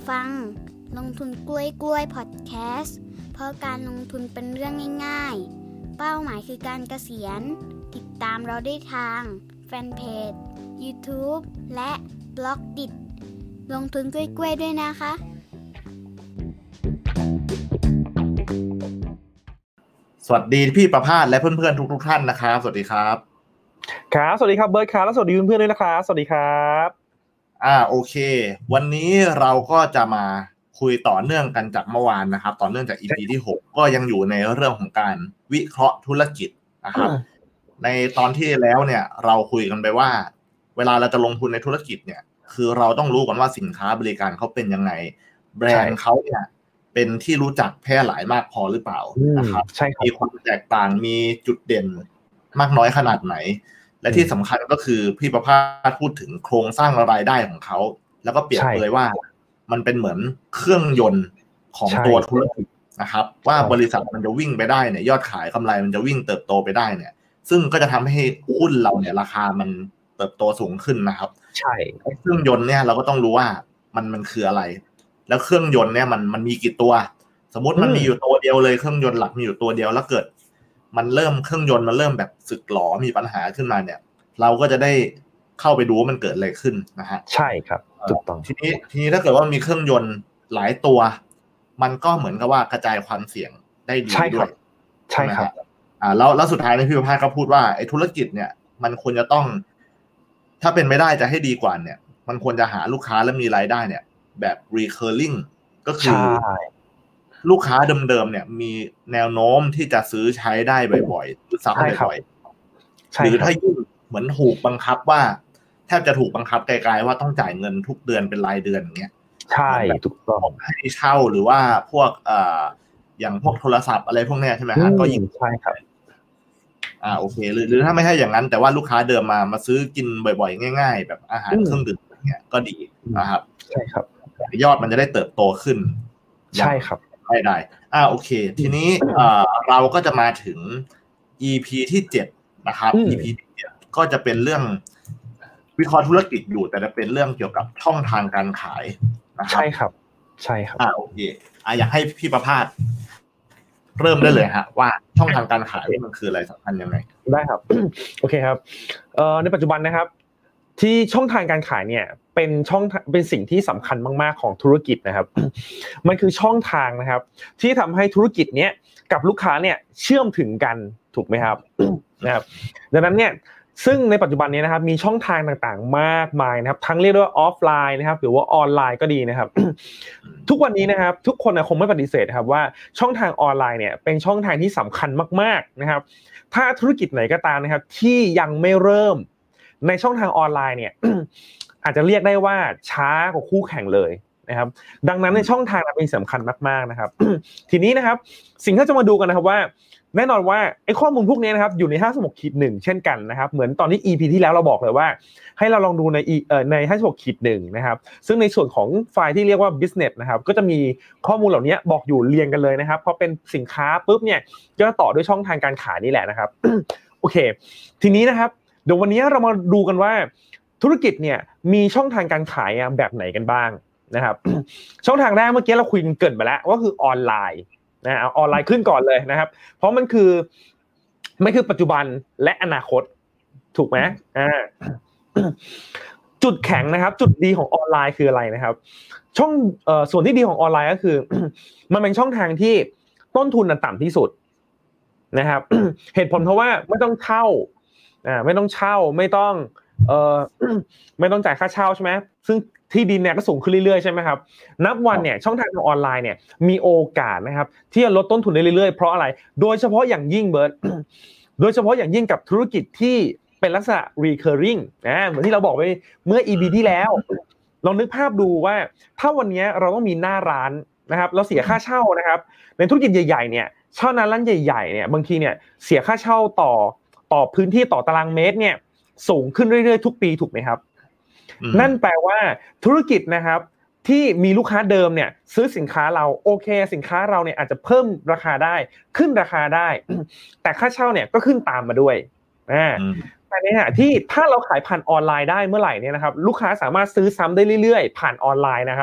ฟังลงทุนกล้วยพอดแคสต์เพราะการลงทุนเป็นเรื่องง่ายๆเป้าหมายคือการเกษียณติดตามเราได้ทางแฟนเพจ YouTube และบล็อกดิลงทุนกล้วยด้วยนะคะสวัสดีพี่ประภาสและเพื่อนๆทุกท่านนะครับสวัสดีครับครับสวัสดีครับเบิร์ดครับและสวัสดีเพื่อนๆด้วยนะครับสวัสดีครับโอเควันนี้เราก็จะมาคุยต่อเนื่องกันจากเมื่อวานนะครับต่อเนื่องจาก EP ที่6ก็ยังอยู่ในเรื่องของการวิเคราะห์ธุรกิจนะครับในตอนที่แล้วเนี่ยเราคุยกันไปว่าเวลาเราจะลงทุนในธุรกิจเนี่ยคือเราต้องรู้ก่อนว่าสินค้าบริการเขาเป็นยังไงแบรนด์เขาเนี่ยเป็นที่รู้จักแพร่หลายมากพอหรือเปล่านะครับมีความแตกต่างมีจุดเด่นมากน้อยขนาดไหนและที่สำคัญก็คือพี่ประภาสพูดถึงโครงสร้างรายได้ของเขาแล้วก็เปรียบเลยว่ามันเป็นเหมือนเครื่องยนต์ของตัวธุรกิจนะครับว่าบริษัทมันจะวิ่งไปได้เนี่ยยอดขายกำไรมันจะวิ่งเติบโตไปได้เนี่ยซึ่งก็จะทำให้หุ้นเราเนี่ยราคามันเติบโตสูงขึ้นนะครับใช่เครื่องยนต์เนี่ยเราก็ต้องรู้ว่ามันคืออะไรแล้วเครื่องยนต์เนี่ยมันมีกี่ตัวสมมติมันมีอยู่ตัวเดียวเลยเครื่องยนต์หลักมีอยู่ตัวเดียวแล้วเกิดมันเริ่มเครื่องยนต์มันเริ่มแบบสึกหรอมีปัญหาขึ้นมาเนี่ยเราก็จะได้เข้าไปดูว่ามันเกิดอะไรขึ้นนะฮะใช่ครับถูกต้องทีนี้ถ้าเกิดว่ามีเครื่องยนต์หลายตัวมันก็เหมือนกับว่ากระจายความเสี่ยงได้ดีด้วยใช่ครับแล้วสุดท้ายในพี่ประภาสก็พูดว่าไอ้ธุรกิจเนี่ยมันควรจะต้องถ้าเป็นไม่ได้จะให้ดีกว่าเนี่ยมันควรจะหาลูกค้าและมีรายได้เนี่ยแบบ recurring ก็คือลูกค้าเดิมๆเนี่ยมีแนวโน้มที่จะซื้อใช้ได้บ่อยๆซื้อซ้ำบ่อยๆหรือถ้ายิ่งเหมือนถูกบังคับว่าแทบจะถูกบังคับไกลๆว่าต้องจ่ายเงินทุกเดือนเป็นรายเดือนอย่างเงี้ยใช่ถูกต้องให้เช่าหรือว่าพวกอย่างพวกโทรศัพท์อะไรพวกเนี้ยใช่ไหมฮะก็ยิ่งใช่ครับโอเคหรือถ้าไม่ใช่อย่างนั้นแต่ว่าลูกค้าเดิมมาซื้อกินบ่อยๆง่ายๆแบบอาหารเครื่องดื่มอย่างเงี้ยก็ดีนะครับใช่ครับยอดมันจะได้เติบโตขึ้นใช่ครับได้โอเคทีนี้เราก็จะมาถึง EP ที่7นะครับ EP ที่7ก็จะเป็นเรื่องวิเคราะห์ธุรกิจอยู่แต่จะเป็นเรื่องเกี่ยวกับช่องทางการขายนะครับใช่ครับใช่ครับโอเคอยากให้พี่ประภาสเริ่มได้เลยฮะว่าช่องทางการขายมันคืออะไรสำคัญยังไงได้ครับ โอเคครับในปัจจุบันนะครับที่ช่องทางการขายเนี่ยเป็นสิ่งที่สำคัญมากๆของธุรกิจนะครับ มันคือช่องทางนะครับที่ทำให้ธุรกิจเนี้ยกับลูกค้าเนี่ยเชื่อมถึงกันถูกไหมครับ นะครับดังนั้นเนี่ยซึ่งในปัจจุบันนี้นะครับมีช่องทางต่างๆมากมายนะครับทั้งเรียกว่าออฟไลน์นะครับหรือว่าออนไลน์ก็ดีนะครับ ทุกวันนี้นะครับทุกคนคงไม่ปฏิเสธครับว่าช่องทางออนไลน์เนี่ยเป็นช่องทางที่สำคัญมากๆนะครับถ้าธุรกิจไหนก็ตามนะครับที่ยังไม่เริ่มในช่องทางออนไลน์เนี่ย อาจจะเรียกได้ว่าช้ากว่าคู่แข่งเลยนะครับดังนั้นในช่องทางเป็นสำคัญมากๆนะครับ ทีนี้นะครับสิ่งที่จะมาดูกันนะครับว่าแน่นอนว่าไอ้ข้อมูลพวกนี้นะครับอยู่ใน56-1เช่นกันนะครับเหมือนตอนที่ EP ที่แล้วเราบอกเลยว่าให้เราลองดูใน56-1นะครับซึ่งในส่วนของไฟล์ที่เรียกว่า business นะครับก็จะมีข้อมูลเหล่านี้บอกอยู่เรียงกันเลยนะครับพอเป็นสินค้าปุ๊บเนี่ยก็ต่อด้วยช่องทางการขายนี่แหละนะครับ โอเคทีนี้นะครับเดี๋ยววันนี้เรามาดูกันว่าธุรกิจเนี่ยมีช่องทางการขายแบบไหนกันบ้างนะครับ ช่องทางแรกเมื่อกี้เราคุยกันเกินไปแล้วว่าคือออนไลน์เอาออนไลน์ขึ้นก่อนเลยนะครับเพราะมันคือปัจจุบันและอนาคตถูกไหมจุดแข็งนะครับจุดดีของออนไลน์คืออะไรนะครับช่องส่วนที่ดีของออนไลน์ก็คือ มันเป็นช่องทางที่ต้นทุนต่ำที่สุดนะครับ เหตุผลเพราะว่าไม่ต้องเช่าไม่ต้องจ่ายค่าเช่าใช่ไหมซึ่งที่ดินเนี่ยก็สูงขึ้นเรื่อยๆใช่ไหมครับนับวันเนี่ยช่องทางออนไลน์เนี่ยมีโอกาสนะครับที่จะลดต้นทุนได้เรื่อยๆเพราะอะไรโดยเฉพาะอย่างยิ่งเบิร์ด โดยเฉพาะอย่างยิ่งกับธุรกิจที่เป็นลักษณะ recurring เหมือนที่เราบอกไปเมื่อ EP ที่แล้วลองนึกภาพดูว่าถ้าวันนี้เราต้องมีหน้าร้านนะครับเราเสียค่าเช่านะครับในธุรกิจใหญ่ๆเนี่ยเช่าร้านใหญ่ๆเนี่ยบางทีเนี่ยเสียค่าเช่าต่อพื้นที่ต่อตารางเมตรเนี่ยสูงขึ้นเรื่อยๆทุกปีถูกไหมครับนั่นแปลว่าธุรกิจนะครับที่มีลูกค้าเดิมเนี่ยซื้อสินค้าเราโอเคสินค้าเราเนี่ยอาจจะเพิ่มราคาได้ขึ้นราคาได้แต่ค่าเช่าเนี่ยก็ขึ้นตามมาด้วยแต่ในขณะที่ถ้าเราขายผ่านออนไลน์ได้เมื่อไหร่เนี่ยนะครับลูกค้าสามารถซื้อซ้ำได้เรื่อยๆผ่านออนไลน์นะครับ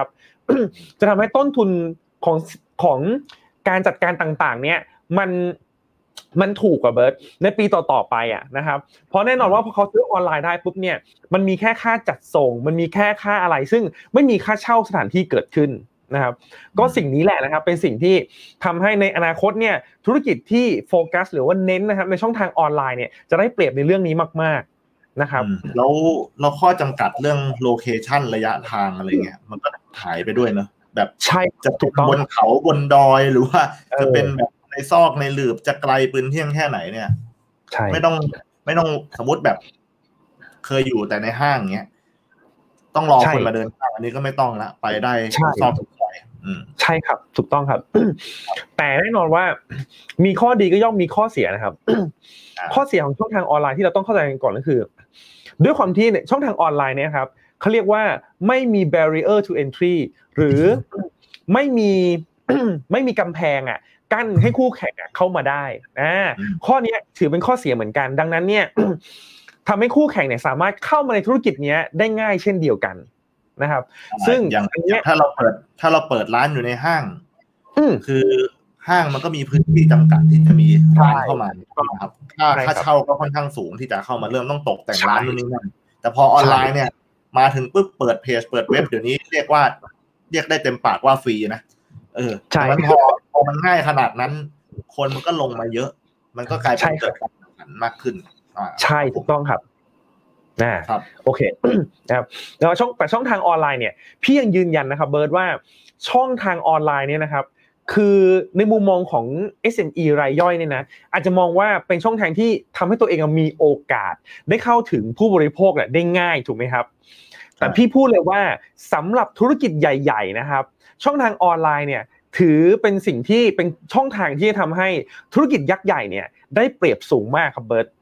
จะทำให้ต้นทุนของการจัดการต่างๆเนี่ยมันถูกกว่าเบิร์ดในปีต่อๆไปอ่ะนะครับเพราะแน่นอนว่าพอเขาซื้อออนไลน์ได้ปุ๊บเนี่ยมันมีแค่ค่าจัดส่งมันมีแค่ค่าอะไรซึ่งไม่มีค่าเช่าสถานที่เกิดขึ้นนะครับก็สิ่งนี้แหละนะครับเป็นสิ่งที่ทำให้ในอนาคตเนี่ยธุรกิจที่โฟกัสหรือว่าเน้นนะครับในช่องทางออนไลน์เนี่ยจะได้เปรียบในเรื่องนี้มากๆนะครับแล้วข้อจำกัดเรื่องโลเคชั่นระยะทางอะไรเงี้ยมันก็หายไปด้วยเนอะแบบใช่จะถูกบนเขาบนดอยหรือว่าจะเป็นแบบในซอกในหลืบจะไกลปืนเที่ยงแค่ไหนเนี่ยไม่ต้องสมมติแบบเคยอยู่แต่ในห้างเงี้ยต้องรอคนมาเดินทางอันนี้ก็ไม่ต้องละไปได้ซอกทุกซอยใช่ครับถูกต้องครับแต่แน่นอนว่ามีข้อดีก็ย่อมมีข้อเสียนะครับข้อเสียของช่องทางออนไลน์ที่เราต้องเข้าใจกันก่อนก็คือด้วยความที่ช่องทางออนไลน์เนี่ยครับเขาเรียกว่าไม่มี barrier to entry หรือไม่มีกำแพงกั้นให้คู่แข่งเข้ามาได้ข้อนี้ถือเป็นข้อเสียเหมือนกันดังนั้นเนี่ยทำให้คู่แข่งเนี่ยสามารถเข้ามาในธุรกิจนี้ได้ง่ายเช่นเดียวกันนะครับซึ่งอย่างถ้าเราเปิดร้านอยู่ในห้างคือห้างมันก็มีพื้นที่จำกัดที่จะมีร้านเข้ามาครับค่าเช่าก็ค่อนข้างสูงที่จะเข้ามาเริ่มต้องตกแต่งร้านนู่นนี่นั่นแต่พอออนไลน์เนี่ยมาถึงปุ๊บเปิดเพจเปิดเว็บเดี๋ยวนี้เรียกได้เต็มปากว่าฟรีนะมันพอมันง่ายขนาดนั้นคนมันก็ลงมาเยอะมันก็กลายเป็นเกิดการแข่งขันมากขึ้นใช่ถูกต้องครับนะครับโอเคนะครับแล้วช่องทางออนไลน์เนี่ยพี่ยังยืนยันนะครับเบิร์ดว่าช่องทางออนไลน์เนี่ยนะครับคือในมุมมองของ SME รายย่อยเนี่ยนะอาจจะมองว่าเป็นช่องทางที่ทำให้ตัวเองมีโอกาสได้เข้าถึงผู้บริโภคได้ง่ายถูกไหมครับแต่พี่พูดเลยว่าสำหรับธุรกิจใหญ่ๆนะครับช่องทางออนไลน์เนี่ยถือเป็นสิ่งที่เป็นช่องทางที่จะทำให้ธุรกิจยักษ์ใหญ่เนี่ยได้เปรียบสูงมากครับเบิร์ต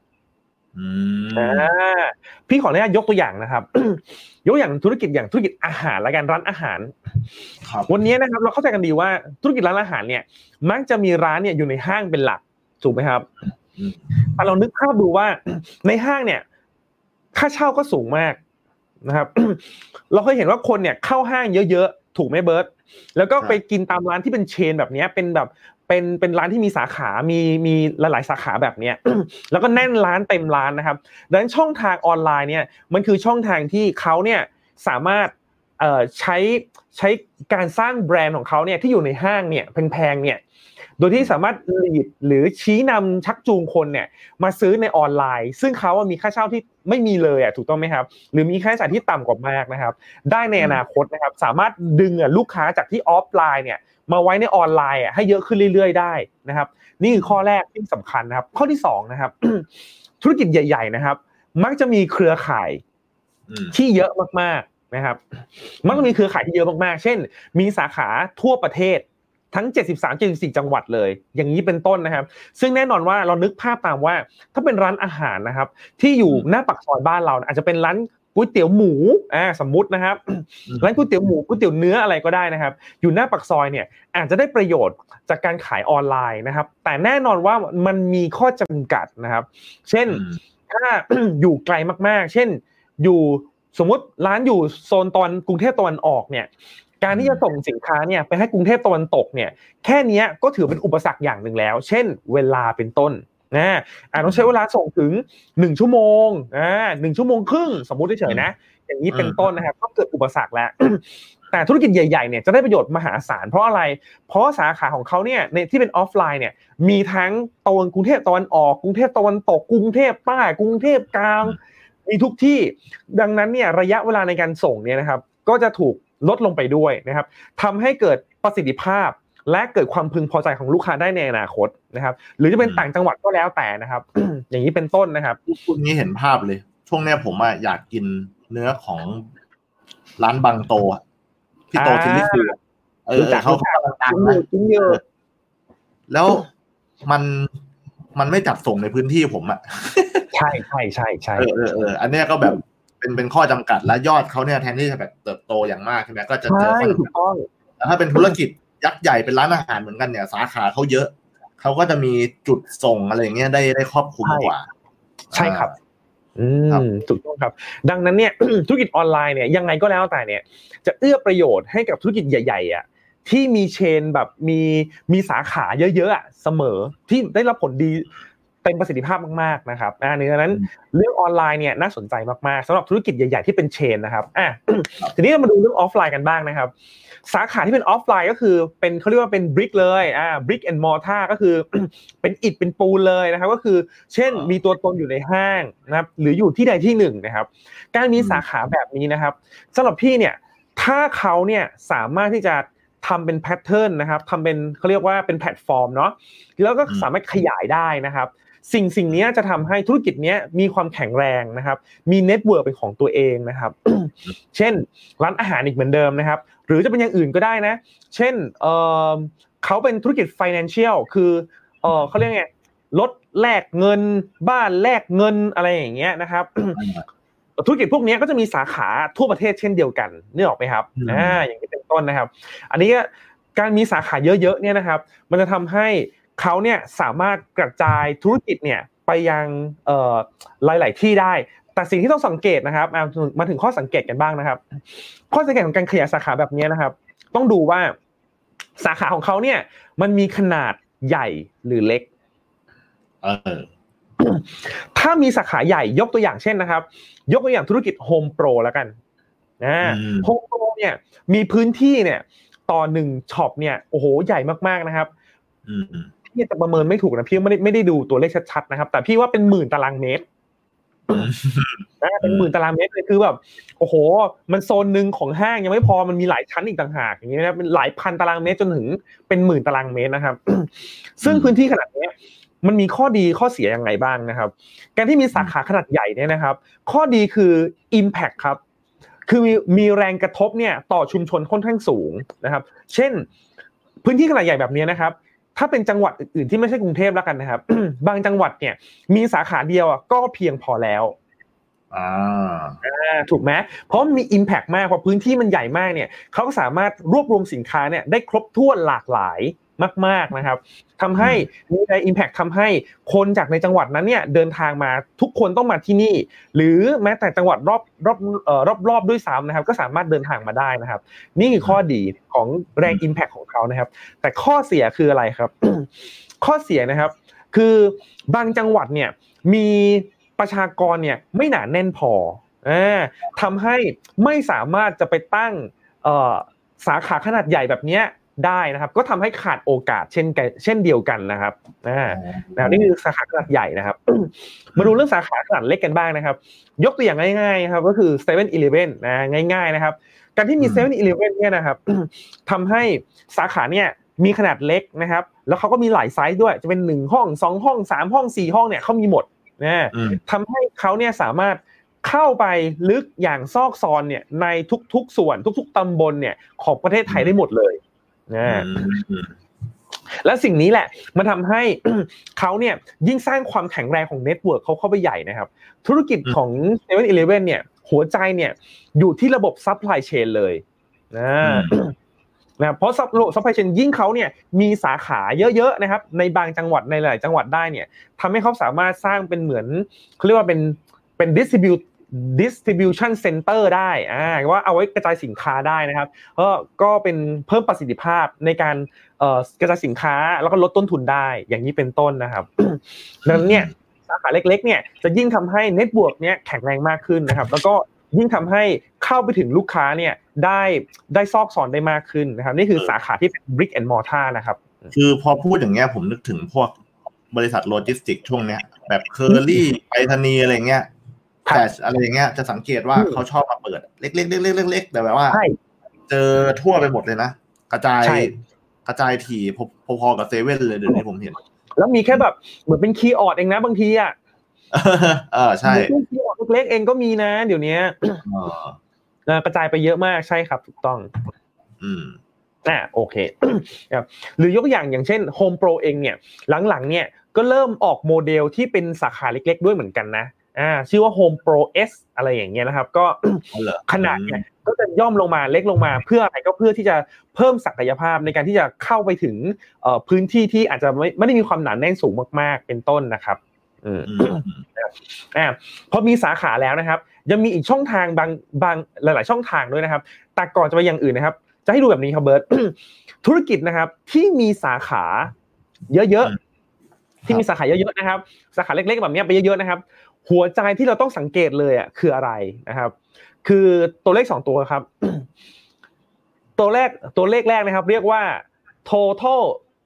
พี่ขออนุญาตยกตัวอย่างนะครับ ยกอย่างธุรกิจอาหารและการร้านอาหารวันนี้นะครับเราเข้าใจกันดีว่าธุรกิจร้านอาหารเนี่ยมักจะมีร้านเนี่ยอยู่ในห้างเป็นหลักถูกไหมครับแต่เรานึกภาพดูว่าในห้างเนี่ยค่าเช่าก็สูงมากนะครับ เราเคยเห็นว่าคนเนี่ยเข้าห้างเยอะๆถูกไหมเบิร์ตแล้วก็ไปกินตามร้านที่เป็นเชนแบบนี้เป็นแบบเป็นร้านที่มีสาขามีหลายๆสาขาแบบเนี้ย แล้วก็แน่นร้านเต็มร้านนะครับดังนั้นช่องทางออนไลน์เนี่ยมันคือช่องทางที่เขาเนี่ยสามารถใช้การสร้างแบรนด์ของเขาเนี่ยที่อยู่ในห้างเนี่ยแพงๆเนี่ยโดยที่สามารถลีดหรือชี้นำชักจูงคนเนี่ยมาซื้อในออนไลน์ซึ่งเขามีค่าเช่าที่ไม่มีเลยถูกต้องไหมครับหรือมีค่าใช้จ่ายที่ต่ำกว่ามากนะครับได้ในอนาคตนะครับสามารถดึงลูกค้าจากที่ออฟไลน์เนี่ยมาไว้ในออนไลน์ให้เยอะขึ้นเรื่อยๆได้นะครับนี่คือข้อแรกที่สำคัญนะครับข้อที่2นะครับ ธุรกิจใหญ่ๆนะครับมักจะมีเครือข่ายที่เยอะมากๆนะครับมักจะมีเครือข่ายที่เยอะมากๆเช่นมีสาขาทั่วประเทศทั้ง73-74จังหวัดเลยอย่างนี้เป็นต้นนะครับซึ่งแน่นอนว่าเรานึกภาพตามว่าถ้าเป็นร้านอาหารนะครับที่อยู่หน้าปากซอยบ้านเราอาจจะเป็นร้านก๋วยเตี๋ยวหมูสมมุตินะครับร้านก๋วยเตี๋ยวหมูก๋วยเตี๋ยวเนื้ออะไรก็ได้นะครับอยู่หน้าปากซอยเนี่ยอาจจะได้ประโยชน์จากการขายออนไลน์นะครับแต่แน่นอนว่ามันมีข้อจำกัดนะครับเช่นถ้า อยู่ไกลมากๆเช่นอยู่สมมุติร้านอยู่โซนตอนกรุงเทพตะวันออกเนี่ยการที่จะส่งสินค้าเนี่ยไปให้กรุงเทพตะวันตกเนี่ยแค่นี้ก็ถือเป็นอุปสรรคอย่างหนึ่งแล้วเช่นเวลาเป็นต้นต้องใช้เวลาส่งถึง1ชั่วโมง1ชั่วโมงครึ่งสมมุติเฉยๆนะอย่างนี้เป็นต้นนะครับก็เกิดอุปสรรคแล้ว แต่ธุรกิจใหญ่ๆเนี่ยจะได้ประโยชน์มหาศาลเพราะอะไรเพราะสาขาของเขาเนี่ยในที่เป็นออฟไลน์เนี่ยมีทั้งโซนกรุงเทพตะวันออกกรุงเทพตะวันตกกรุงเทพใต้กรุงเทพกลางมีทุกที่ดังนั้นเนี่ยระยะเวลาในการส่งเนี่ยนะครับก็จะถูกลดลงไปด้วยนะครับทำให้เกิดประสิทธิภาพและเกิดความพึงพอใจของลูกค้าได้ในอนาคตนะครับหรือจะเป็นต่างจังหวัดก็แล้วแต่นะครับ อย่างนี้เป็นต้นนะครับคุณนี้เห็นภาพเลยช่วงนี้ผมอยากกินเนื้อของร้านบางโตพี่โตชิลลี่ฟิวเขาดังนะแล้วมันไม่จัดส่งในพื้นที่ผมใช่อันนี้ก็แบบเป็นข้อจำกัดและยอดเขาเนี่ยแทนที่จะแบบเติบโตอย่างมากใช่ไหมก็จะเจอข้อจำกัดแต่ถ้าเป็นธุรกิจยักษ์ใหญ่เป็นร้านอาหารเหมือนกันเนี่ยสาขาเขาเยอะเขาก็จะมีจุดส่งอะไรอย่างเงี้ยได้ครอบคลุมกว่าใช่ครับถูกต้องครับดังนั้นเนี่ย ธุรกิจออนไลน์เนี่ยยังไงก็แล้วแต่เนี่ยจะเอื้อประโยชน์ให้กับธุรกิจใหญ่ๆอ่ะที่มีเชนแบบมีสาขาเยอะๆอ่ะเสมอที่ได้รับผลดีเต็มประสิทธิภาพมากๆนะครับดังนั้นเรื่องออนไลน์เนี่ยน่าสนใจมากๆสำหรับธุรกิจใหญ่ๆที่เป็นเชนนะครับทีนี้เรามาดูเรื่องออฟไลน์กันบ้างนะครับสาขาที่เป็นออฟไลน์ก็คือเป็นเขาเรียกว่าเป็นบริกเลยbrick and mortar ก็คือ เป็นอิฐเป็นปูนเลยนะครับก็คือเช่นมีตัวตนอยู่ในห้างนะครับหรืออยู่ที่ใดที่หนึ่งนะครับการมีสาขาแบบนี้นะครับสำหรับพี่เนี่ยถ้าเขาเนี่ยสามารถที่จะทำเป็นแพทเทิร์นนะครับทำเป็นเขาเรียกว่าเป็นแพลตฟอร์มเนาะแล้วก็สามารถขยายได้นะครับสิ่งนี้จะทำให้ธุรกิจนี้มีความแข็งแรงนะครับมีเน็ตเวิร์คเป็นของตัวเองนะครับ เช่นร้านอาหารอีกเหมือนเดิมนะครับหรือจะเป็นอย่างอื่นก็ได้นะเช่นเขาเป็นธุรกิจ financial คือเขาเรียกไงรถแลกเงินบ้านแลกเงินอะไรอย่างเงี้ยนะครับ ธุรกิจพวกนี้ก็จะมีสาขาทั่วประเทศเช่นเดียวกันนึกออกไหมครับอย่างนี้เป็นต้นนะครับอันนี้การมีสาขาเยอะๆเนี่ยนะครับมันจะทำให้เขาเนี่ยสามารถกระจายธุรกิจเนี่ยไปยังหลายๆที่ได้แต่สิ่งที่ต้องสังเกตนะครับมาถึงข้อสังเกตกันบ้างนะครับข้อสังเกตของการขยายสาขาแบบนี้นะครับต้องดูว่าสาขาของเขาเนี่ยมันมีขนาดใหญ่หรือเล็กถ้ามีสาขาใหญ่ยกตัวอย่างเช่นนะครับยกตัวอย่างธุรกิจ Home Pro แล้วกันHome Pro เนี่ยมีพื้นที่เนี่ยต่อ1ช็อปเนี่ยโอ้โหใหญ่มากๆนะครับพี่จะประเมินไม่ถูกนะพี่ไม่ได้ดูตัวเลขชัดๆนะครับแต่พี่ว่าเป็นหมื่นตารางเมตรเป็นหมื่นตารางเมตรเลยคือแบบโอ้โหมันโซนนึงของห้างยังไม่พอมันมีหลายชั้นอีกต่างหากอย่างนี้นะครับเป็นหลายพันตารางเมตรจนถึงเป็นหมื่นตารางเมตรนะครับซึ่งพื้นที่ขนาดนี้มันมีข้อดีข้อเสียยังไงบ้างนะครับการที่มีสาขาขนาดใหญ่เนี่ยนะครับข้อดีคือ impact ครับคือมีแรงกระทบเนี่ยต่อชุมชนค่อนข้างสูงนะครับเช่นพื้นที่ขนาดใหญ่แบบนี้นะครับถ้าเป็นจังหวัดอื่นๆที่ไม่ใช่กรุงเทพแล้วกันนะครับ บางจังหวัดเนี่ยมีสาขาเดียวก็เพียงพอแล้วถูกไหมเพราะมี impact มากเพราะพื้นที่มันใหญ่มากเนี่ยเขาก็สามารถรวบรวมสินค้าเนี่ยได้ครบถ้วนหลากหลายมากๆนะครับทำให้มีใน impact ทำให้คนจากในจังหวัดนั้นเนี่ยเดินทางมาทุกคนต้องมาที่นี่หรือแม้แต่จังหวัดรอบด้วยซ้ำนะครับก็สามารถเดินทางมาได้นะครับนี่คือข้อดีของแรง impact ของเขานะครับแต่ข้อเสียคืออะไรครับ ข้อเสียนะครับคือบางจังหวัดเนี่ยมีประชากรเนี่ยไม่หนาแน่นพอทำให้ไม่สามารถจะไปตั้งสาขาขนาดใหญ่แบบนี้ได้นะครับก็ทำให้ขาดโอกาสเช่นเดียวกันนะครับนี่คือสาขาขนาดใหญ่นะครับ มาดูเรื่องสาขาขนาดเล็กกันบ้างนะครับยกตัวอย่างง่ายๆครับก็คือ 7-Eleven นะง่ายๆนะครับการที่มี 7-Eleven เนี่ยนะครับ ทำให้สาขาเนี่ยมีขนาดเล็กนะครับแล้วเขาก็มีหลายไซส์ด้วยจะเป็น1ห้อง2ห้อง3ห้อง4ห้องเนี่ยเขามีหมดนะทำให้เขาเนี่ยสามารถเข้าไปลึกอย่างซอกซอนเนี่ยในทุกๆส่วนทุกๆตำบลเนี่ยของประเทศไทยได้หมดเลยและสิ่งนี้แหละมันทำให้ เขาเนี่ยยิ่งสร้างความแข็งแรงของเน็ตเวิร์คเขาเข้าไปใหญ่นะครับธุรกิจของ 7-Eleven เนี่ยหัวใจเนี่ยอยู่ที่ระบบซัพพลายเชนเลยนะเพราะซัพพลายเชนยิ่งเขาเนี่ยมีสาขาเยอะๆนะครับในบางจังหวัดในหลายจังหวัดได้เนี่ยทำให้เขาสามารถสร้างเป็นเหมือนเขาเรียกว่าเป็นdistribution center ได้ว่าเอาไว้กระจายสินค้าได้นะครับก็เป็นเพิ่มประสิทธิภาพในการกระจายสินค้าแล้วก็ลดต้นทุนได้อย่างนี้เป็นต้นนะครับ ดังนั้นเนี่ยสาขาเล็กๆเนี่ยจะยิ่งทำให้เน็ตเวิร์กเนี่ยแข็งแรงมากขึ้นนะครับแล้วก็ยิ่งทำให้เข้าไปถึงลูกค้าเนี่ยได้ซอกซอนได้มากขึ้นนะครับนี่คือสาขาที่เป็น brick and mortar นะครับคือพอพูดอย่างเงี้ยผมนึกถึงพวกบริษัทโลจิสติกช่วงเนี้ยแบบเคอรี่ไปรษณีย์อะไรเงี้ยแพชอะไรอย่างเงี้ยจะสังเกตว่าเขาชอบมาเปิดเล็กๆๆๆๆแต่แบบว่าเจอทั่วไปหมดเลยนะกระจายถี่พอๆกับเซเว่นเลยเดี๋ยวนี้ผมเห็นแล้วมีแค่แบบเหมือนเป็นคีย์ออร์ดเองนะบางทีอ่ะใช่คีย์ออร์ดเล็กๆเองก็มีนะเดี๋ยวนี้กระจายไปเยอะมากใช่ครับถูกต้องโอเคครับหรือยกอย่างเช่น Home Pro เองเนี่ยหลังๆเนี่ยก็เริ่มออกโมเดลที่เป็นสาขาเล็กๆด้วยเหมือนกันนะชื่อว่า Home Pro S อะไรอย่างเงี้ยนะครับก็ขนาดเนี่ยก็จะย่อมลงมาเล็กลงมาเพื่ออะไรก็เพื่อที่จะเพิ่มศักยภาพในการที่จะเข้าไปถึงพื้นที่ที่อาจจะไม่ได้มีความหนาแน่นสูงมากๆเป็นต้นนะครับพอมีสาขาแล้วนะครับยังมีอีกช่องทางบางหลายๆช่องทางด้วยนะครับแต่ก่อนจะไปอย่างอื่นนะครับจะให้ดูแบบนี้ครับเบิร์ต ธุรกิจนะครับที่มีสาขาเยอะๆที่มีสาขาเยอะๆนะครับสาขาเล็กๆแบบนี้ไปเยอะๆนะครับหัวใจที่เราต้องสังเกตเลยอ่ะคืออะไรนะครับคือตัวเลข2ตัวครับ ตัวเลขแรกนะครับเรียกว่า total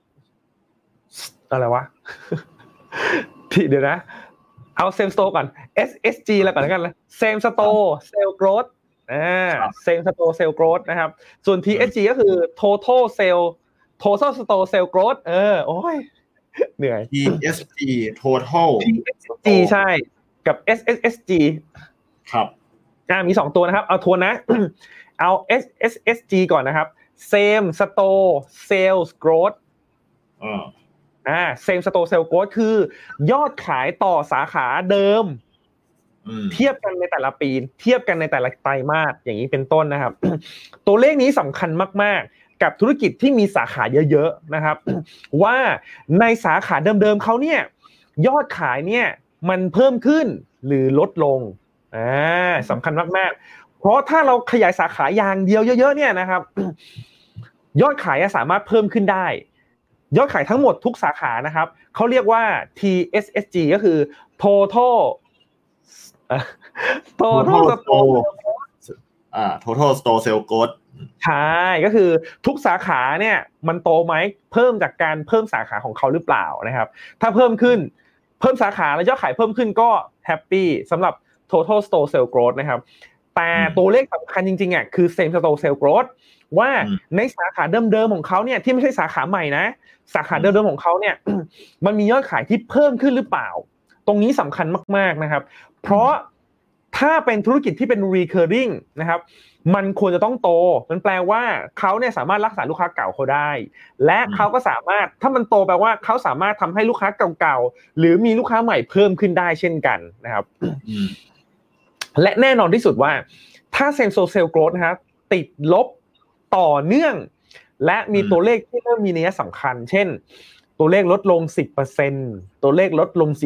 อะไรวะ เดี๋ยวนะเอา same store ก่อน SSG แล้วก่อนกันนะ same store sale growth same store sale growth นะครับส่วน TSG ก็คือ total store sale growth โอ้ยเหนื่อย TSG total TSG ใช่กับ SSG ครับมี2ตัวนะครับเอาทวนนะ เอา SSG ก่อนนะครับ same store sales growth same store sales growth คือยอดขายต่อสาขาเดิมเทียบกันในแต่ละปีเทียบกันในแต่ละไตรมาสอย่างนี้เป็นต้นนะครับ ตัวเลขนี้สำคัญมากๆกับธุรกิจที่มีสาขาเยอะๆนะครับ ว่าในสาขาเดิมๆเขาเนี่ยยอดขายเนี่ยมันเพิ่มขึ้นหรือลดลงสำคัญมากๆเพราะถ้าเราขยายสาขาอย่างเดียวเยอะๆเนี่ยนะครับยอดขายสามารถเพิ่มขึ้นได้ยอดขายทั้งหมดทุกสาขานะครับเขาเรียกว่า TSSG ก็คือ total store sales growth ใช่ก็คือทุกสาขาเนี่ยมันโตไหมเพิ่มจากการเพิ่มสาขาของเขาหรือเปล่านะครับถ้าเพิ่มขึ้นเพิ่มสาขาแล้วยอดขายเพิ่มขึ้นก็แฮปปี้สำหรับ total store sales growth นะครับแต่ตัวเลขสำคัญจริงๆอ่ะคือ same store sales growth ว่าในสาขาเดิมๆของเขาเนี่ยที่ไม่ใช่สาขาใหม่นะสาขาเดิมๆของเขาเนี่ย มันมียอดขายที่เพิ่มขึ้นหรือเปล่าตรงนี้สำคัญมากๆนะครับเพราะถ้าเป็นธุรกิจที่เป็น recurring นะครับมันควรจะต้องโตมันแปลว่าเขาเนี่ยสามารถรักษาลูกค้าเก่าเขาได้และเขาก็สามารถถ้ามันโตแปลว่าเขาสามารถทำให้ลูกค้าเก่าๆหรือมีลูกค้าใหม่เพิ่มขึ้นได้เช่นกันนะครับและแน่นอนที่สุดว่าถ้า same store sales growth นะครับติดลบต่อเนื่องและมีตัวเลขที่เริ่มมีนัยสำคัญเช่นตัวเลขลดลง 10% ตัวเลขลดลง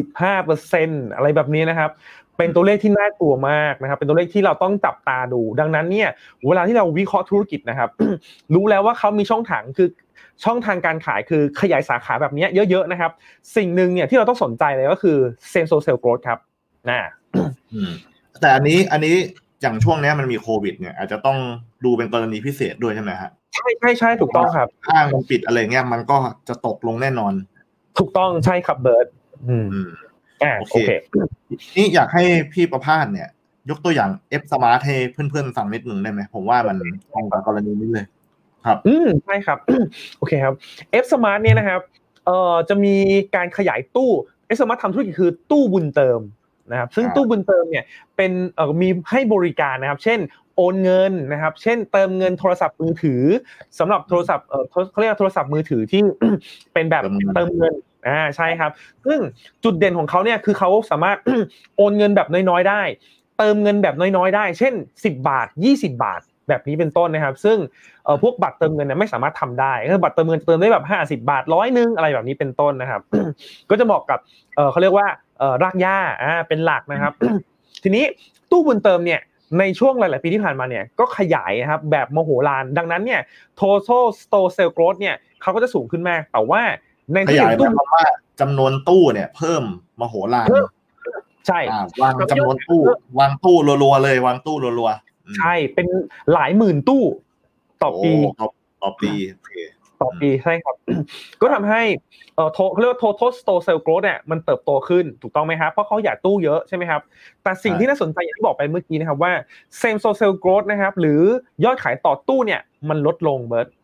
15% อะไรแบบนี้นะครับเป็นตัวเลขที่น่ากลัวมากนะครับเป็นตัวเลขที่เราต้องจับตาดูดังนั้นเนี่ยเวลาที่เราวิเคราะห์ธุรกิจนะครับ รู้แล้วว่าเขามีช่องทางการขายคือขยายสาขาแบบนี้เยอะๆนะครับสิ่งหนึ่งเนี่ยที่เราต้องสนใจเลยก็คือ same store sales growth ครับแต่อันนี้อย่างช่วงนี้มันมีโควิดเนี่ยอาจจะต้องดูเป็นกรณีพิเศษด้วยใช่ไหมฮะใช่ถูกต้องครับห้างมันปิดอะไรเงี้ยมันก็จะตกลงแน่นอนถูกต้องใช่ครับเบิร์ตโอเคนี่อยากให้พี่ประภาสเนี่ยยกตัวอย่าง F Smart ให้เพื่อนๆฟังนิดนึงได้ไหมผมว่ามันตรงกับกรณีนี้เลยครับใช่ครับโอเคครับ F Smart เนี่ยนะครับจะมีการขยายตู้ F Smart ทำธุรกิจคือตู้บุญเติมนะครับซึ่งตู้บุญเติมเนี่ยเป็นมีให้บริการนะครับเช่นโอนเงินนะครับเช่นเติมเงินโทรศัพท์มือถือสำหรับโทรศัพท์เขาเรียกโทรศัพท์มือถือที่ เป็นแบบเติมเงินใช่ครับซึ่งจุดเด่นของเขาเนี่ยคือเขาสามารถ โอนเงินแบบน้อยๆได้เติมเงินแบบน้อยๆได้เช่น10 บาท20 บาทแบบนี้เป็นต้นนะครับซึ่งพวกบัตรเติมเงินเนี่ยไม่สามารถทำได้คือบัตรเติมเงินเติมได้แบบ50 บาท100นึงอะไรแบบนี้เป็นต้นนะครับ ก็จะเหมาะกับเขาเรียกว่ารากหญ้าเป็นหลักนะครับ ทีนี้ตู้บุญเติมเนี่ยในช่วงหลายๆปีที่ผ่านมาเนี่ยก็ขยายนะครับแบบมโหฬารดังนั้นเนี่ย total store sales growth เนี่ยเขาก็จะสูงขึ้นมากแต่ว่าในขยายตู้ว่าจำนวนตู้เนี่ยเพิ่มมโหฬารใช่วางจำนวนตู้วางตู้รัวๆเลยวางตู้รัวๆใช่เป็นหลายหมื่นตู้ต่อปีต่อปีใช่ครับก็ทำให้เขาเรียกว่า total store sales growth เนี่ยมันเติบโตขึ้นถูกต้องไหมครับเพราะเขาอยากตู้เยอะใช่ไหมครับแต่สิ่งที่น่าสนใจอย่างที่บอกไปเมื่อกี้นะครับว่า same store sales growth นะครับหรือยอดขายต่อตู้เนี่ยมันลดลงเบิร์ต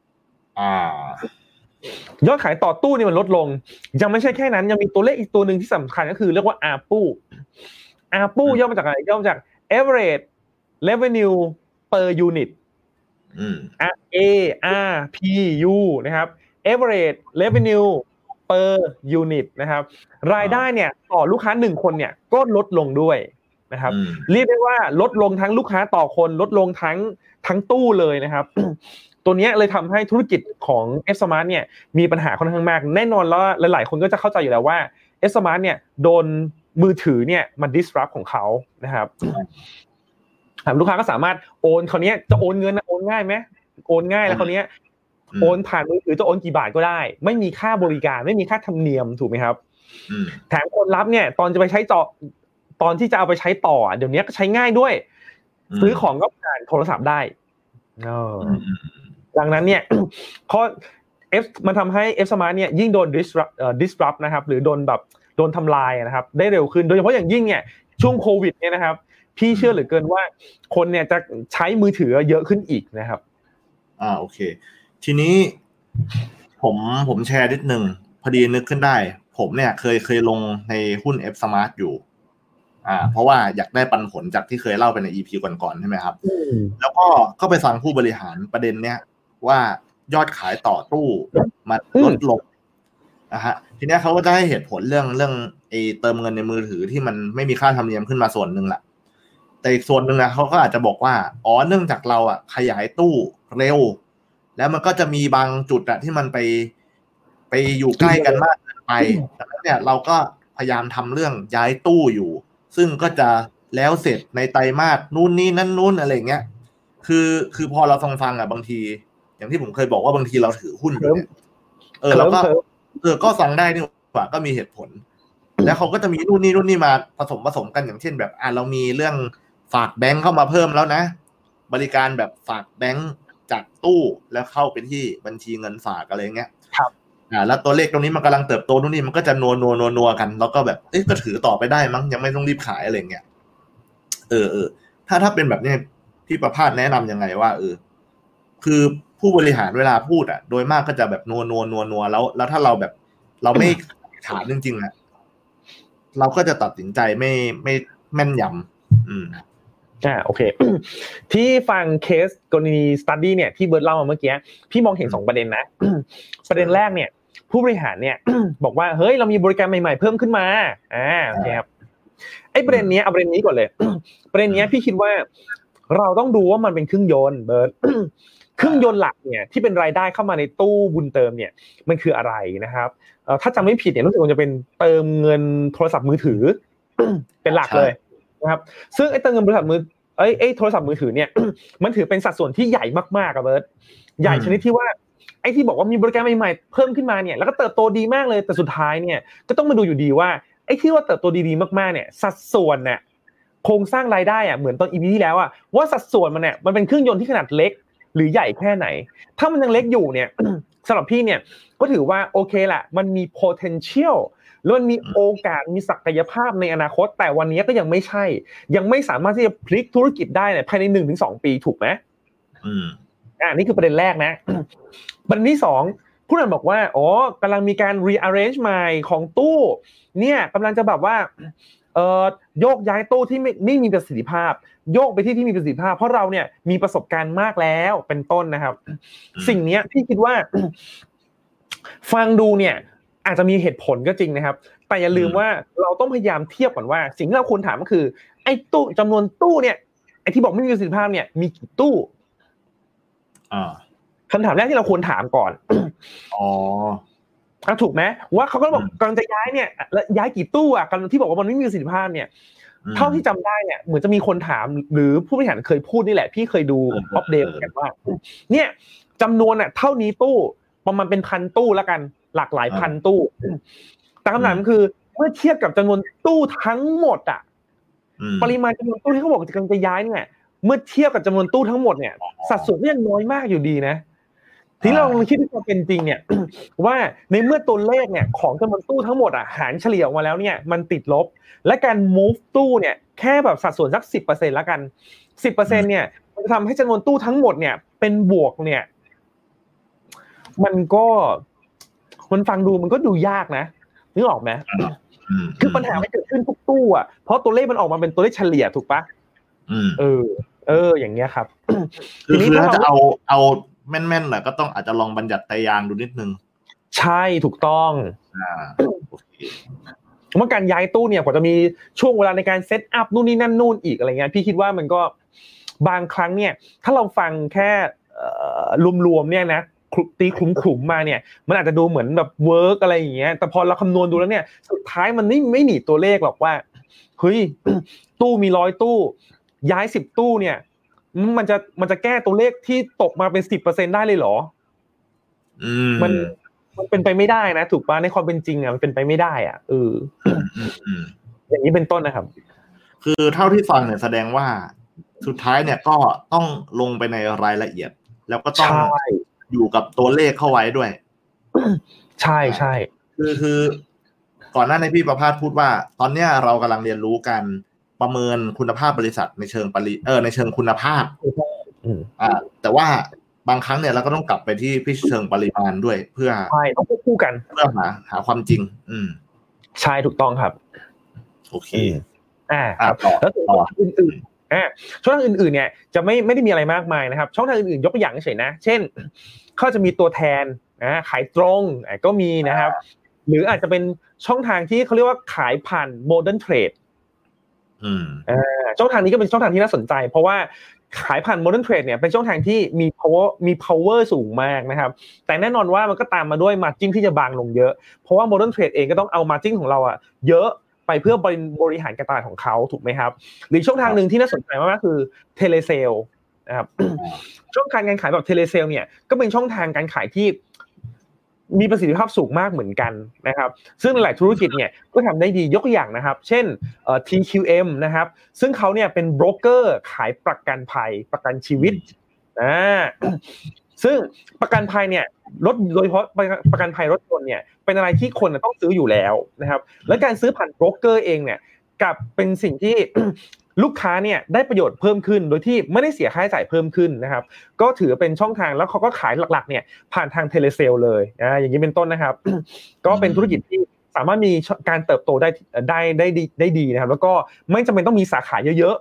ยอดขายต่อตู้นี่มันลดลงยังไม่ใช่แค่นั้นยังมีตัวเลขอีกตัวนึงที่สำคัญก็คือเรียกว่า ARPU ย่อมาจากอะไรย่อมาจาก average revenue per unit ARPU นะครับ average revenue per unit นะครับรายได้เนี่ยต่อลูกค้า1คนเนี่ยก็ลดลงด้วยนะครับเรียกได้ว่าลดลงทั้งลูกค้าต่อคนลดลงทั้งตู้เลยนะครับตัวนี้เลยทำให้ธุรกิจของ F Smart เนี่ยมีปัญหาค่อนข้างมากแน่นอนแล้วหลายๆคนก็จะเข้าใจอยู่แล้วว่า F Smart เนี่ยโดนมือถือเนี่ยมัน disrupt ของเขานะครับลูกค้าก็สามารถโอนคราวนี้จะโอนเงินโอนง่ายไหมโอนง่ายแล้วคราวนี้โอนผ่านมือถือจะโอนกี่บาทก็ได้ไม่มีค่าบริการไม่มีค่าธรรมเนียมถูกไหมครับแถมคนรับเนี่ยตอนจะไปใช้ตอนที่จะเอาไปใช้ต่อเดี๋ยวนี้ก็ใช้ง่ายด้วยซื้อของก็ผ่านโทรศัพท์ได้ดังนั้นเนี่ยข้อ F มันทำให้ F Smart เนี่ยยิ่งโดน disrupt นะครับหรือโดนทำลายนะครับได้เร็วขึ้นโดยเฉพาะอย่างยิ่งเนี่ยช่วงโควิดเนี่ยนะครับพี่เชื่อเหลือเกินว่าคนเนี่ยจะใช้มือถือเยอะขึ้นอีกนะครับโอเคทีนี้ผมแชร์นิดนึงพอดีนึกขึ้นได้ผมเนี่ยเคยลงในหุ้น F Smart อยู่เพราะว่าอยากได้ปันผลจากที่เคยเล่าไปใน EP ก่อนๆใช่ไหมครับแล้วก็ไปฟังผู้บริหารประเด็นเนี้ยว่ายอดขายต่อตู้มันลดลงนะฮะทีนี้เขาก็จะให้เหตุผลเรื่องเติมเงินในมือถือที่มันไม่มีค่าธรรมเนียมขึ้นมาส่วนนึงแหละแต่อีกส่วนนึงนะเขาก็อาจจะบอกว่าเนื่องจากเราขยายตู้เร็วแล้วมันก็จะมีบางจุดที่มันไปอยู่ใกล้กันมากเกินไปดังนั้นเนี่ยเราก็พยายามทำเรื่องย้ายตู้อยู่ซึ่งก็จะแล้วเสร็จในไตรมาสนู่นนี่นั่นนู่นอะไรเงี้ยคือพอเราฟังบางทีอย่างที่ผมเคยบอกว่าบางทีเราถือหุ้นอยู่เนี่ยแล้วก็ฟังได้นี่ว่าก็มีเหตุผลแล้วเขาก็จะมีนู่นนี่มาผสมกันอย่างเช่นแบบเรามีเรื่องฝากแบงค์เข้ามาเพิ่มแล้วนะบริการแบบฝากแบงค์จากตู้แล้วเข้าไปที่บัญชีเงินฝากอะไรเงี้ยครับแล้วตัวเลขตรงนี้มันกำลังเติบโตนู่นนี่มันก็จะนัวกันแล้วก็แบบก็ถือต่อไปได้มั้งยังไม่ต้องรีบขายอะไรเงี้ยถ้าเป็นแบบนี้พี่ประภาสแนะนำยังไงว่าคือผู้บริหารเวลาพูดโดยมากก็จะแบบนัวแล้วถ้าเราแบบเราไม่ถามจริงๆเราก็จะตัดสินใจไม่แม่นยำโอเค ที่ฟังเคสกรณีสตั๊ดดี้เนี่ยที่เบิร์ดเล่ามาเมื่อกี้พี่มองเห็น2ประเด็นนะประเด็นแรกเนี่ยผู้บริหารเนี่ยบอกว่าเฮ้ยเรามีบริการใหม่ๆเพิ่มขึ้นมาโอเคครับไอ้ประเด็นนี้เอาประเด็นนี้ก่อนเลยประเด็นนี้พี่คิดว่าเราต้องดูว่ามันเป็นเครื่องยนต์เบิร์ดเครื่องยนต์หลักเนี่ยที่เป็นรายได้เข้ามาในตู้บุญเติมเนี่ยมันคืออะไรนะครับถ้าจำไม่ผิดเนี่ยรู้สึกว่าจะเป็นเติมเงินโทรศัพท์มือถือเป็นหลักเลยนะครับซึ่งไอ้เติมเงินโทรศัพท์มือไอ้โทรศัพท์มือถือเนี่ยมันถือเป็นสัดส่วนที่ใหญ่มากๆเบิร์ดใหญ่ชนิดที่ว่าไอ้ที่บอกว่ามีบริการใหม่ๆเพิ่มขึ้นมาเนี่ยแล้วก็เติบโตดีมากเลยแต่สุดท้ายเนี่ยก็ต้องมาดูอยู่ดีว่าไอ้ที่ว่าเติบโตดีๆมากๆเนี่ยสัดส่วนเนี่ยโครงสร้างรายได้เหมือนตอน EP ที่แล้วว่าสัดส่วนมันเนี่ยมันเป็นเครื่องยนต์ที่ขนาดเล็กหรือใหญ่แค่ไหนถ้ามันยังเล็กอยู่เนี่ยสำหรับพี่เนี่ยก็ถือว่าโอเคแหละมันมี potential แล้วมันมีโอกาสมีศักยภาพในอนาคตแต่วันนี้ก็ยังไม่ใช่ยังไม่สามารถที่จะพลิกธุรกิจได้เนี่ยภายใน 1-2 ปีถูกไหมนี่คือประเด็นแรกนะประเด็นที่2ผู้นำบอกว่ากำลังมีการ rearrange ใหม่ของตู้เนี่ยกำลังจะแบบว่าโยกย้ายตู้ที่ไม่มีประสิทธิภาพโยกไปที่มีประสิทธิภาพเพราะเราเนี่ยมีประสบการณ์มากแล้วเป็นต้นนะครับสิ่งนี้พี่คิดว่าฟังดูเนี่ยอาจจะมีเหตุผลก็จริงนะครับแต่อย่าลืมว่าเราต้องพยายามเทียบก่อนว่าสิ่งที่เราควรถามก็คือไอ้ตู้จำนวนตู้เนี่ยไอ้ที่บอกไม่มีประสิทธิภาพเนี่ยมีกี่ตู้คำถามแรกที่เราควรถามก่อนถูกไหมว่าเขาก็บอกกำลังจะย้ายเนี่ยย้ายกี่ตู้กำลังที่บอกว่ามันไม่มีประสิทธิภาพเนี่ยเท่าที่จำได้เนี่ยเหมือนจะมีคนถามหรือผู้บริหารเคยพูดนี่แหละพี่เคยดูอัปเดตกันว่าเนี่ยจำนวนเท่านี้ตู้ประมาณเป็นพันตู้แล้วกันหลากหลายพันตู้แต่คำถามคือเมื่อเทียบกับจำนวนตู้ทั้งหมดปริมาณจำนวนตู้ที่เขาบอกกำลังจะย้ายเนี่ยเมื่อเทียบกับจำนวนตู้ทั้งหมดเนี่ยสัดส่วนยังน้อยมากอยู่ดีนะที่เราคิดว่าเป็นจริงเนี่ยว่าในเมื่อตัวเลขเนี่ยของจำนวนตู้ทั้งหมดหารเฉลี่ยออกมาแล้วเนี่ยมันติดลบและการ move ตู้เนี่ยแค่แบบสัดส่วนสัก 10% แล้วกัน 10% เนี่ยมันจะทำให้จำนวนตู้ทั้งหมดเนี่ยเป็นบวกเนี่ยมันฟังดูมันก็ดูยากนะนึกออกไหมคือปัญหาไม่เกิดขึ้นทุกตู้เพราะตัวเลขมันออกมาเป็นตัวเลขเฉลี่ยถูกปะอย่างเงี้ยครับทีนี้ถ้าจะเอาแม่นๆหน่อยก็ต้องอาจจะลองบัญญัติไตรยางดูนิดนึงใช่ถูกต้องโอเคเมื่อการย้ายตู้เนี่ยกว่าจะมีช่วงเวลาในการเซตอัพนู่นนี่นั่นนู่นอีกอะไรเงี้ยพี่คิดว่ามันก็บางครั้งเนี่ยถ้าเราฟังแค่รวมๆเนี่ยนะตีคลุมมาเนี่ยมันอาจจะดูเหมือนแบบเวิร์กอะไรอย่างเงี้ยแต่พอเราคำนวณดูแล้วเนี่ยสุดท้ายมันไม่หนีตัวเลขหรอกว่าเฮ้ยตู้มี100ตู้ย้าย10ตู้เนี่ยมันจะแก้ตัวเลขที่ตกมาเป็น 10% ได้เลยเหรอมันเป็นไปไม่ได้นะถูกป่ะในความเป็นจริงอ่ะมันเป็นไปไม่ได้อ่ะอย่างนี้เป็นต้นนะครับคือเท่าที่ฟังเนี่ยแสดงว่าสุดท้ายเนี่ยก็ต้องลงไปในรายละเอียดแล้วก็ต้องอยู่กับตัวเลขเข้าไว้ด้วยใช่ใช่คือก่อนหน้านี้พี่ประภาสพูดว่าตอนเนี้ยเรากำลังเรียนรู้การประเมินคุณภาพบริษัทในเชิงในเชิงคุณภาพแต่ว่าบางครั้งเนี่ยเราก็ต้องกลับไปที่เชิงปริมาณด้วยเพื่อใช่ต้องควบคู่กันเพื่อหาความจริงใช่ถูกต้องครับโอเคครับแล้วช่องทางอื่นช่องทางอื่นๆเนี่ยจะไม่ได้มีอะไรมากมายนะครับช่องทางอื่นๆยกตัวอย่างเฉยๆนะเช่นเขาจะมีตัวแทนขายตรงก็มีนะครับหรืออาจจะเป็นช่องทางที่เขาเรียกว่าขายผ่านโมเดิร์นเทรดช่องทางนี้ก็เป็นช่องทางที่น่าสนใจเพราะว่าขายผ่านโมเดิร์นเทรดเนี่ยเป็นช่องทางที่มี power สูงมากนะครับแต่แน่นอนว่ามันก็ตามมาด้วย margin ที่จะบางลงเยอะเพราะว่าโมเดิร์นเทรดเองก็ต้องเอา margin ของเราเยอะไปเพื่อบริหารการตลาดของเขาถูกไหมครับหรือช่องทางหนึ่งที่น่าสนใจมากๆคือเทเลเซลนะครับช่องทางการขายแบบเทเลเซลเนี่ยก็เป็นช่องทางการขายที่มีประสิทธิภาพสูงมากเหมือนกันนะครับซึ่งหลายธุรกิจเนี่ยก็ทำได้ดียกตัวอย่างนะครับเช่นTQM นะครับซึ่งเขาเนี่ยเป็นโบรกเกอร์ขายประกันภัยประกันชีวิตซึ่งประกันภัยเนี่ยโดยเฉพาะประกันภัยรถยนต์เนี่ยเป็นอะไรที่คนต้องซื้ออยู่แล้วนะครับและการซื้อผ่านโบรกเกอร์เองเนี่ยกับเป็นสิ่งที่ ลูกค้าเนี่ยได้ประโยชน์เพิ่มขึ้นโดยที่ไม่ได้เสียค่าใช้จ่ายเพิ่มขึ้นนะครับก็ถือเป็นช่องทางแล้วเขาก็ขายหลักๆเนี่ยผ่านทางเทเลเซลเลยอย่างนี้เป็นต้นนะครับ ก็เป็นธุรกิจที่สามารถมีการเติบโตได้ดีนะครับแล้วก็ไม่จำเป็นต้องมีสาขาเยอะ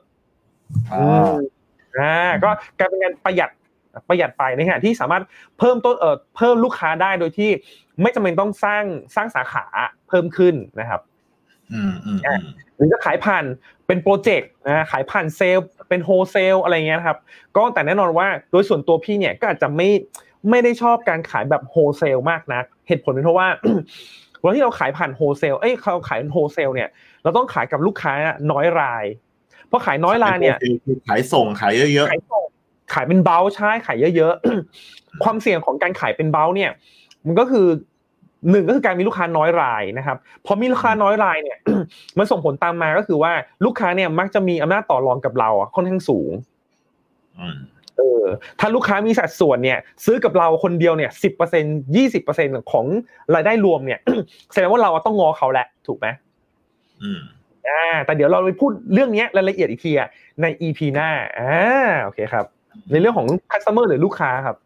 ๆก็กลายเป็นการประหยัดไปในขณะที่สามารถเพิ่มลูกค้าได้โดยที่ไม่จำเป็นต้องสร้างสาขาเพิ่มขึ้นนะครับหรือจะขายผ่านเป็นโปรเจกต์ขายผ่านเซลล์เป็นโฮเซลอะไรเงี้ยครับก็แต่แน่นอนว่าโดยส่วนตัวพี่เนี่ยก็อาจจะไม่ได้ชอบการขายแบบโฮเซลมากนักเหตุผลเป็นเพราะว่าเวลาที่เราขายผ่านโฮเซลเขาขายเป็นโฮเซลเนี่ยเราต้องขายกับลูกค้าน้อยรายเพราะขายน้อยรายเนี่ยขายส่งขายเยอะๆขายเป็นเบลใช่ขายเยอะๆความเสี่ยงของการขายเป็นเบลเนี่ยมันก็คือหนึ่งก็คือการมีลูกค้าน้อยรายนะครับพอมีลูกค้าน้อยรายเนี่ยมันส่งผลตามมาก็คือว่าลูกค้าเนี่ยมักจะมีอำนาจต่อรองกับเราค่อนข้างสูงถ้าลูกค้ามีสัดส่วนเนี่ยซื้อกับเราคนเดียวเนี่ย 10% 20% ของรายได้รวมเนี่ยแสดงว่าเราต้องงอเขาแหละถูกไหมแต่เดี๋ยวเราไปพูดเรื่องนี้รายละเอียดอีกทีใน EP หน้าโอเคครับในเรื่องของ customer หรือลูกค้าครับ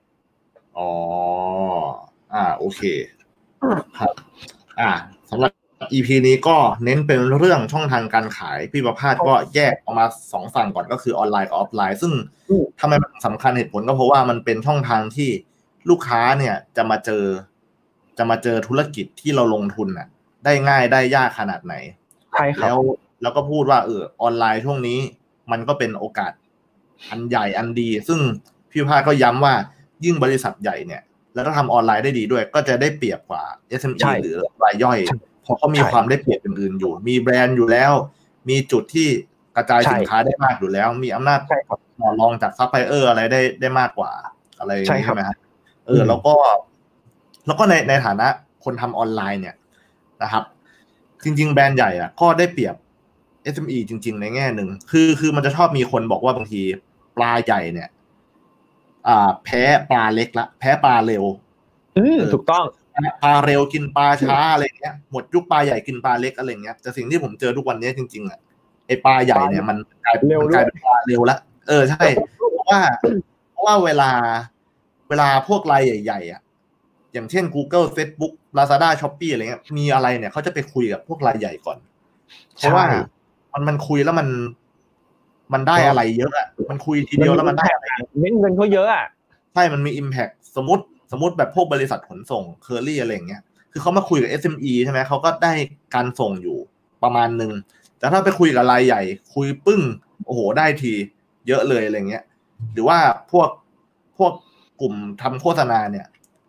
โอเคครับสำหรับ EP นี้ก็เน้นเป็นเรื่องช่องทางการขายพี่ประภาสก็แยกออกมา2ฝั่งก่อนก็คือออนไลน์กับออฟไลน์ซึ่งทำไมมันสำคัญเหตุผลก็เพราะว่ามันเป็นช่องทางที่ลูกค้าเนี่ยจะมาเจอธุรกิจที่เราลงทุนน่ะได้ง่ายได้ยากขนาดไหนใช่ครับแล้วก็พูดว่าออนไลน์ช่วงนี้มันก็เป็นโอกาสอันใหญ่อันดีซึ่งพี่ประภาสก็ย้ำว่ายิ่งบริษัทใหญ่เนี่ยแล้วถ้าทำออนไลน์ได้ดีด้วยก็จะได้เปรียบกว่า SME หรือรายย่อยเพราะเขามีความได้เปรียบอื่นๆอยู่มีแบรนด์อยู่แล้วมีจุดที่กระจายสินค้าได้มากอยู่แล้วมีอำนาจต่อรองจากซัพพลายเออร์อะไรได้มากกว่าอะไรใช่ไหมฮะแล้วก็ในฐานะคนทำออนไลน์เนี่ยนะครับจริงๆแบรนด์ใหญ่ก็ได้เปรียบ SME จริงๆในแง่หนึ่งคือมันจะชอบมีคนบอกว่าบางทีปลาใหญ่เนี่ยแพ้ปลาเล็กละแพ้ปลาเร็วถูกต้องปลาเร็วกินปลาช้าอะไรเงี้ยหมดยุคปลาใหญ่กินปลาเล็กอะไรเงี้ยแต่สิ่งที่ผมเจอทุกวันนี้จริงๆไอ้ปลาใหญ่เนี่ยมันกลายเป็นปลาเร็วละใช่เพราะว่าเวลาพวกรายใหญ่ๆอย่างเช่น Google Facebook Lazada Shopee อะไรเงี้ยมีอะไรเนี่ยเขาจะไปคุยกับพวกรายใหญ่ก่อนเพราะว่ามันคุยแล้วมันได้อะไรเยอะมันคุยทีเดียวแล้วมันได้อะไรเงินเขาเยอะใช่มันมี impact สมมติแบบพวกบริษัทขนส่งเคอรี่อะไรอย่างเงี้ยคือเขามาคุยกับ SME ใช่ไหมเขาก็ได้การส่งอยู่ประมาณนึงแต่ถ้าไปคุยกับรายใหญ่คุยปึ้งโอ้โหได้ทีเยอะเลยอะไรเงี้ยหรือว่าพวกกลุ่มทำโฆษณาเนี่ย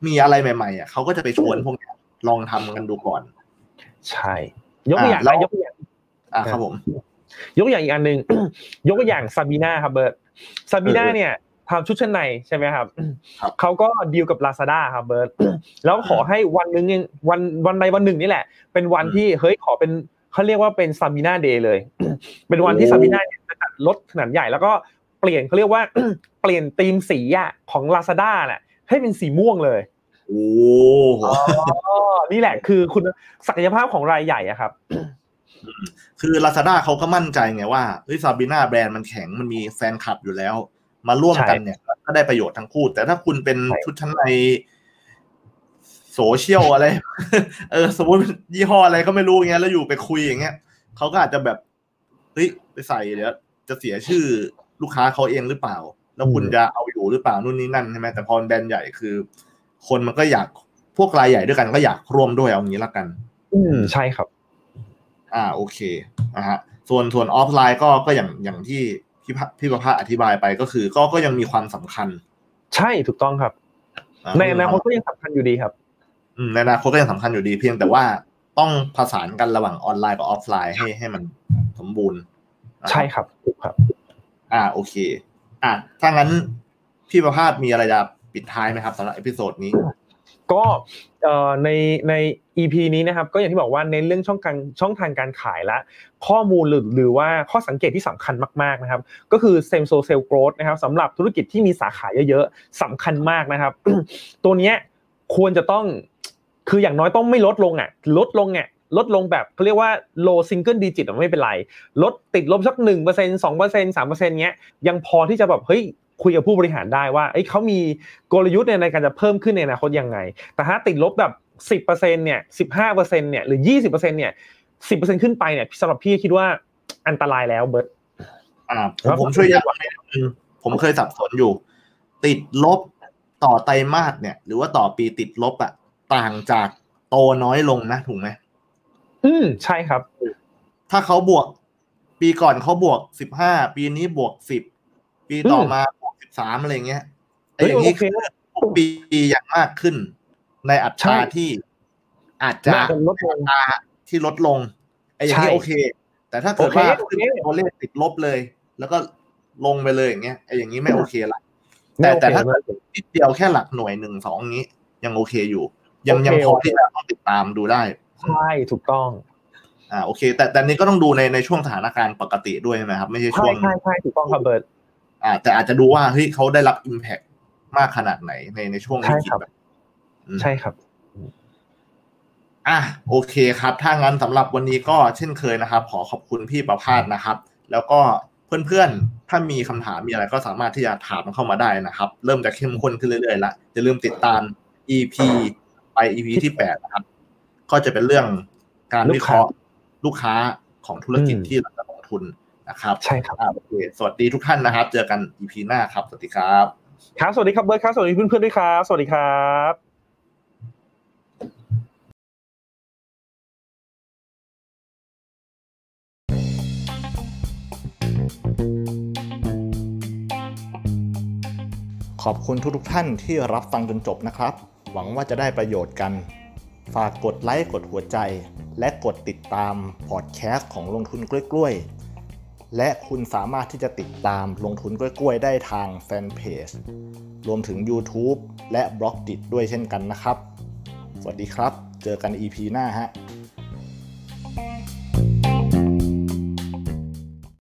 มีอะไรใหม่ๆอ่ะเขาก็จะไปชวนพวกนี้ลองทำกันดูก่อนใช่ยกตัวอย่างยกตัวอย่างครับผมยกตัวอย่างอีกอันนึง ยกตัวอย่างซาบีน่าครับเบิร์ตซาบีน่าเนี่ยทำชุดชั้นในใช่ไหมครับเขาก็ดีลกับ Lazada ครับเบิร์ตแล้วขอให้วันนึงวันใดวันหนึ่งนี่แหละเป็นวันที่เฮ้ยขอเป็นเขาเรียกว่าเป็นซาบีน่าเดย์เลยเป็นวันที่ซาบีน่าเนี่ยจะจัดรถขนาดใหญ่แล้วก็เปลี่ยนเขาเรียกว่า เปลี่ยนธีมสีอ่ะของ Lazada น่ะให้เป็นสีม่วงเลยโอ้นี่แหละคือคุณศักยภาพของรายใหญ่อะครับคือ Lazada เขาก็มั่นใจไงว่าเฮ้ย Sabina แบรนด์มันแข็งมันมีแฟนคลับอยู่แล้วมาร่วมกันเนี่ยก็ได้ประโยชน์ทั้งคู่แต่ถ้าคุณเป็นชุดชั้นในโซเชียลอะไรสมมติยี่ห้ออะไรก็ไม่รู้อย่างเงี้ยแล้วอยู่ไปคุยอย่างเงี้ยเขาก็อาจจะแบบเฮ้ยไปใส่เดี๋ยวจะเสียชื่อลูกค้าเขาเองหรือเปล่าแล้วคุณจะเอาอยู่หรือเปล่านู่นนี่นั่นใช่ไหมแต่พอแบรนด์ใหญ่คือคนมันก็อยากพวกรายใหญ่ด้วยกันก็อยากร่วมด้วยเอางี้ละกันใช่ครับโอเคนะฮะส่วนออฟไลน์ก็อย่างที่พี่ประภาสอธิบายไปก็คือก็ยังมีความสำคัญใช่ถูกต้องครับในอนาคตก็ยังสำคัญอยู่ดีครับในอนาคตก็ยังสำคัญอยู่ดีเพียงแต่ว่าต้องผสานกันระหว่างออนไลน์กับออฟไลน์ให้มันสมบูรณ์ใช่ครับถูกครับโอเคถ้างั้นพี่ประภาสมีอะไรจะปิดท้ายไหมครับสำหรับเอพิโซดนี้ก็ใน EP นี้นะครับก็อย่างที่บอกว่าเน้นเรื่องช่องทางการขายและข้อมูลหรือว่าข้อสังเกตที่สำคัญมากๆนะครับก็คือ Same Store Sales Growth นะครับสำหรับธุรกิจที่มีสาขาเยอะๆสำคัญมากนะครับ ตัวนี้ควรจะต้องคืออย่างน้อยต้องไม่ลดลงลดลงแบบเขาเรียกว่า low single digit ไม่เป็นไรลดติดลบสัก 1% 2% 3% เงี้ยยังพอที่จะแบบเฮ้ยคุยกับผู้บริหารได้ว่าเขามีกลยุทธ์ในการจะเพิ่มขึ้นในอนาคตยังไงแต่ถ้าติดลบแบบ 10% เนี่ย 15% เนี่ยหรือ 20% เนี่ย 10% ขึ้นไปเนี่ยสำหรับพี่คิดว่าอันตรายแล้วเบิร์ตผมช่วยย้ำให้ผมเคยสับสนอยู่ติดลบต่อไตรมาสเนี่ยหรือว่าต่อปีติดลบต่างจากโตน้อยลงนะถูกไหมใช่ครับถ้าเขาบวกปีก่อนเขาบวก15ปีนี้บวก10ปีต่อมาบวก13อะไรเงี้ยอย่างนี้คือปีอย่างมากขึ้นในอัตราที่อาจจะลดลงที่ลดลงอย่างนี้โอเคแต่ถ้าเกิดว่าขึ้นตัวเลขติดลบเลยแล้วก็ลงไปเลยอย่างเงี้ยอย่างนี้ไม่โอเคละแต่ถ้านิดเดียวแค่หลักหน่วย1 2งี้ยังโอเคอยู่ยังพอที่จะติดตามดูได้ใช่ถูกต้องโอเคแต่นี้ก็ต้องดูในช่วงสถานการณ์ปกติด้วยใช่ไหมครับไม่ใช่ช่วงใช่ถูกต้องครับเบิร์ตแต่อาจจะดูว่าเฮ้ยเขาได้รับ impact มากขนาดไหนในช่วงวิกฤตแบบใช่ครับโอเคครับถ้างั้นสำหรับวันนี้ก็เช่นเคยนะครับขอขอบคุณพี่ประภาสนะครับแล้วก็เพื่อนๆถ้ามีคำถามมีอะไรก็สามารถที่จะถามเข้ามาได้นะครับเริ่มจะเข้มข้นขึ้นเรื่อยๆละอย่าลืมติดตาม EP ไป EP ที่8นะครับก็จะเป็นเรื่องการวิเคราะห์ลูกค้าของธุรกิจที่เราจะลงทุนนะครับใช่ครับโอเคสวัสดีทุกท่านนะครับเจอกัน EP หน้าครับสวัสดีครับครับสวัสดีครับเบิร์ตครับสวัสดีเพื่อนๆด้วยครับสวัสดีครับขอบคุณทุกท่านที่รับฟังจนจบนะครับหวังว่าจะได้ประโยชน์กันฝากกดไลค์กดหัวใจและกดติดตามพอดแคสต์ของลงทุนกล้วยๆและคุณสามารถที่จะติดตามลงทุนกล้วยๆได้ทางแฟนเพจรวมถึง YouTube และ Blogdit ด้วยเช่นกันนะครับสวัสดีครับเจอกัน EP หน้าฮะ